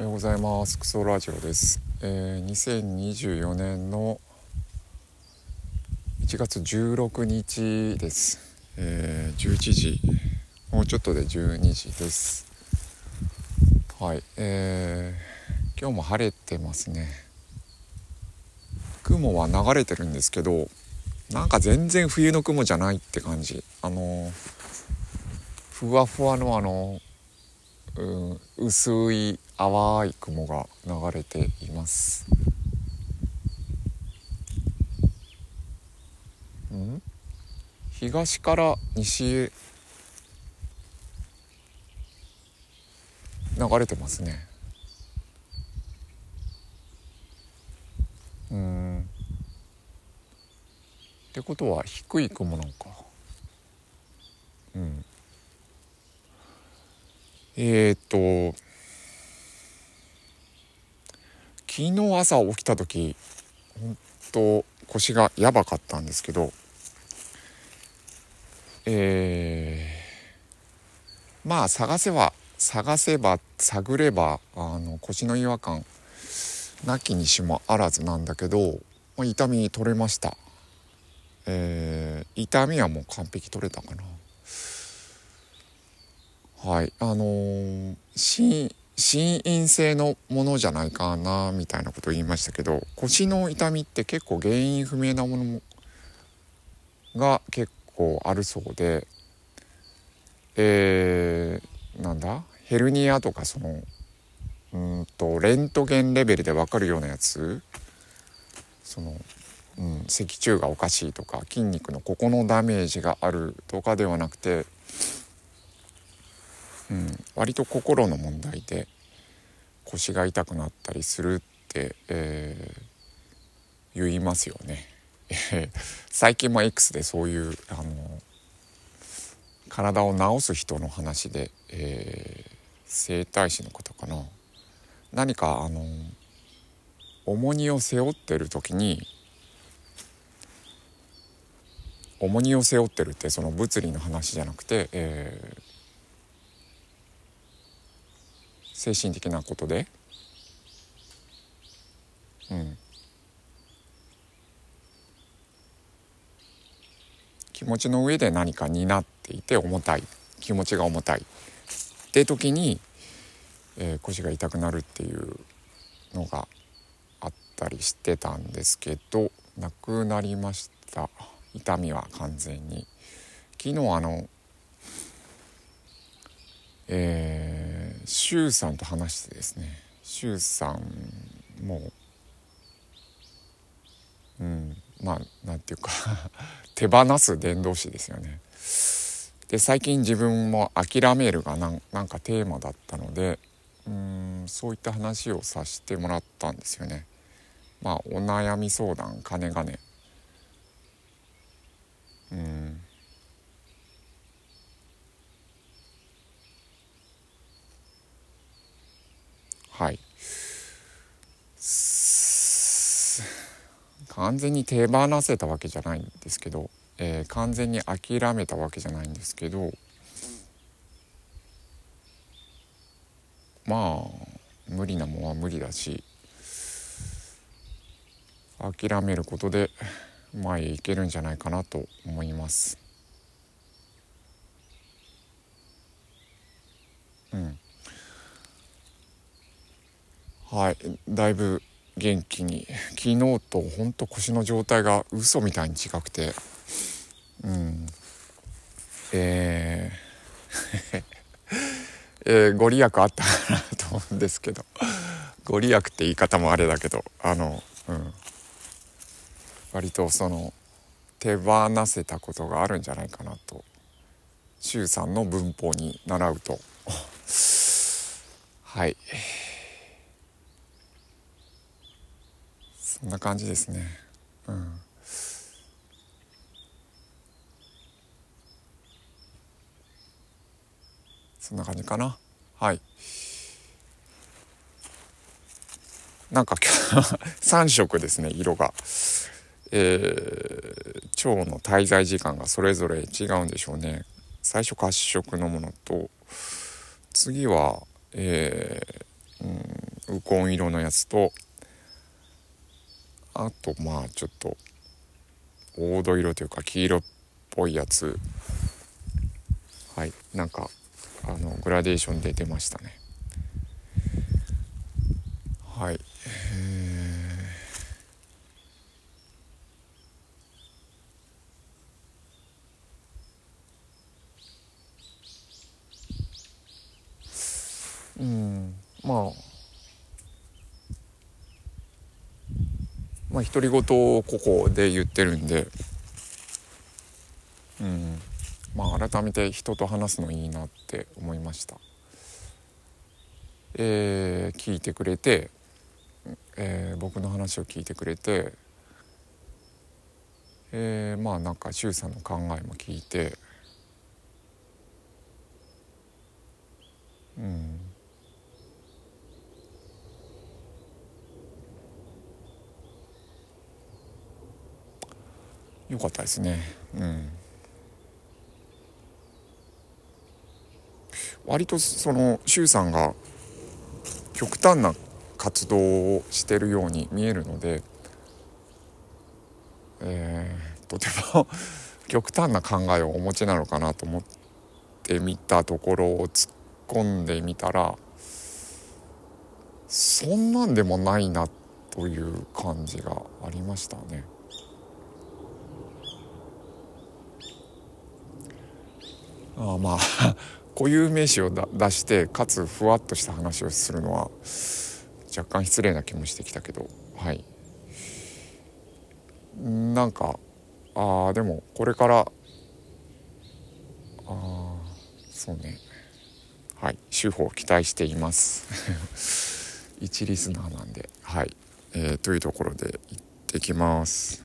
おはようございます。クソラジオです。2024年の1月16日です。11時、もうちょっとで12時です。はい、今日も晴れてますね。雲は流れてるんですけど、なんか全然冬の雲じゃないって感じ。ふわふわの薄い淡い雲が流れています。東から西へ流れてますね。ってことは低い雲なのか。昨日朝起きた時本当腰がやばかったんですけど、まあ探れば腰の違和感なきにしもあらずなんだけど、痛み取れました。痛みはもう完璧取れたかな。はい、心因性のものじゃないかなみたいなことを言いましたけど、腰の痛みって結構原因不明なものが結構あるそうで、なんだヘルニアとかレントゲンレベルで分かるようなやつ、脊柱がおかしいとか筋肉のここのダメージがあるとかではなくて、割と心の問題で腰が痛くなったりするって、言いますよね。最近も X でそういう体を治す人の話で、整体師の方かな、何か重荷を背負ってる時に、重荷を背負ってるってその物理の話じゃなくて、精神的なことで、気持ちの上で何か担っていて気持ちが重たいって時に、腰が痛くなるっていうのがあったりしてたんですけど、なくなりました。痛みは完全に。昨日周さんと話してですね、周さんもなんていうか手放す伝道師ですよね。で最近自分も諦めるがなんかテーマだったので、そういった話をさせてもらったんですよね。お悩み相談かねがね、はい、完全に手放せたわけじゃないんですけど、完全に諦めたわけじゃないんですけど、無理なもんは無理だし、諦めることで前へ行けるんじゃないかなと思います。はい、だいぶ元気に、昨日と本当腰の状態が嘘みたいに違くて、ご利益あったかなと思うんですけど、ご利益って言い方もあれだけど、割と手放せたことがあるんじゃないかなと、周さんの文法に習うとはい、そんな感じですね。そんな感じかな。はい、なんか今日3色ですね、色が。腸の滞在時間がそれぞれ違うんでしょうね。最初褐色のものと、次は、 ウコン色のやつと、あとまあちょっと黄土色というか黄色っぽいやつ、はい、なんかグラデーションで出ましたね。はい、うん、まあ独り言をここで言ってるんで、まあ改めて人と話すのいいなって思いました。聞いてくれて、僕の話を聞いてくれて、まあなんか周さんの考えも聞いて、よかったですね。割とその周さんが極端な活動をしてるように見えるので、とても極端な考えをお持ちなのかなと思ってみたところを突っ込んでみたら、そんなんでもないなという感じがありましたね。まあ固有名詞を出してかつふわっとした話をするのは若干失礼な気もしてきたけど、はい、なんかでもこれからそうね、はい、手法を期待しています一リスナーなんで、はい、というところで行ってきます。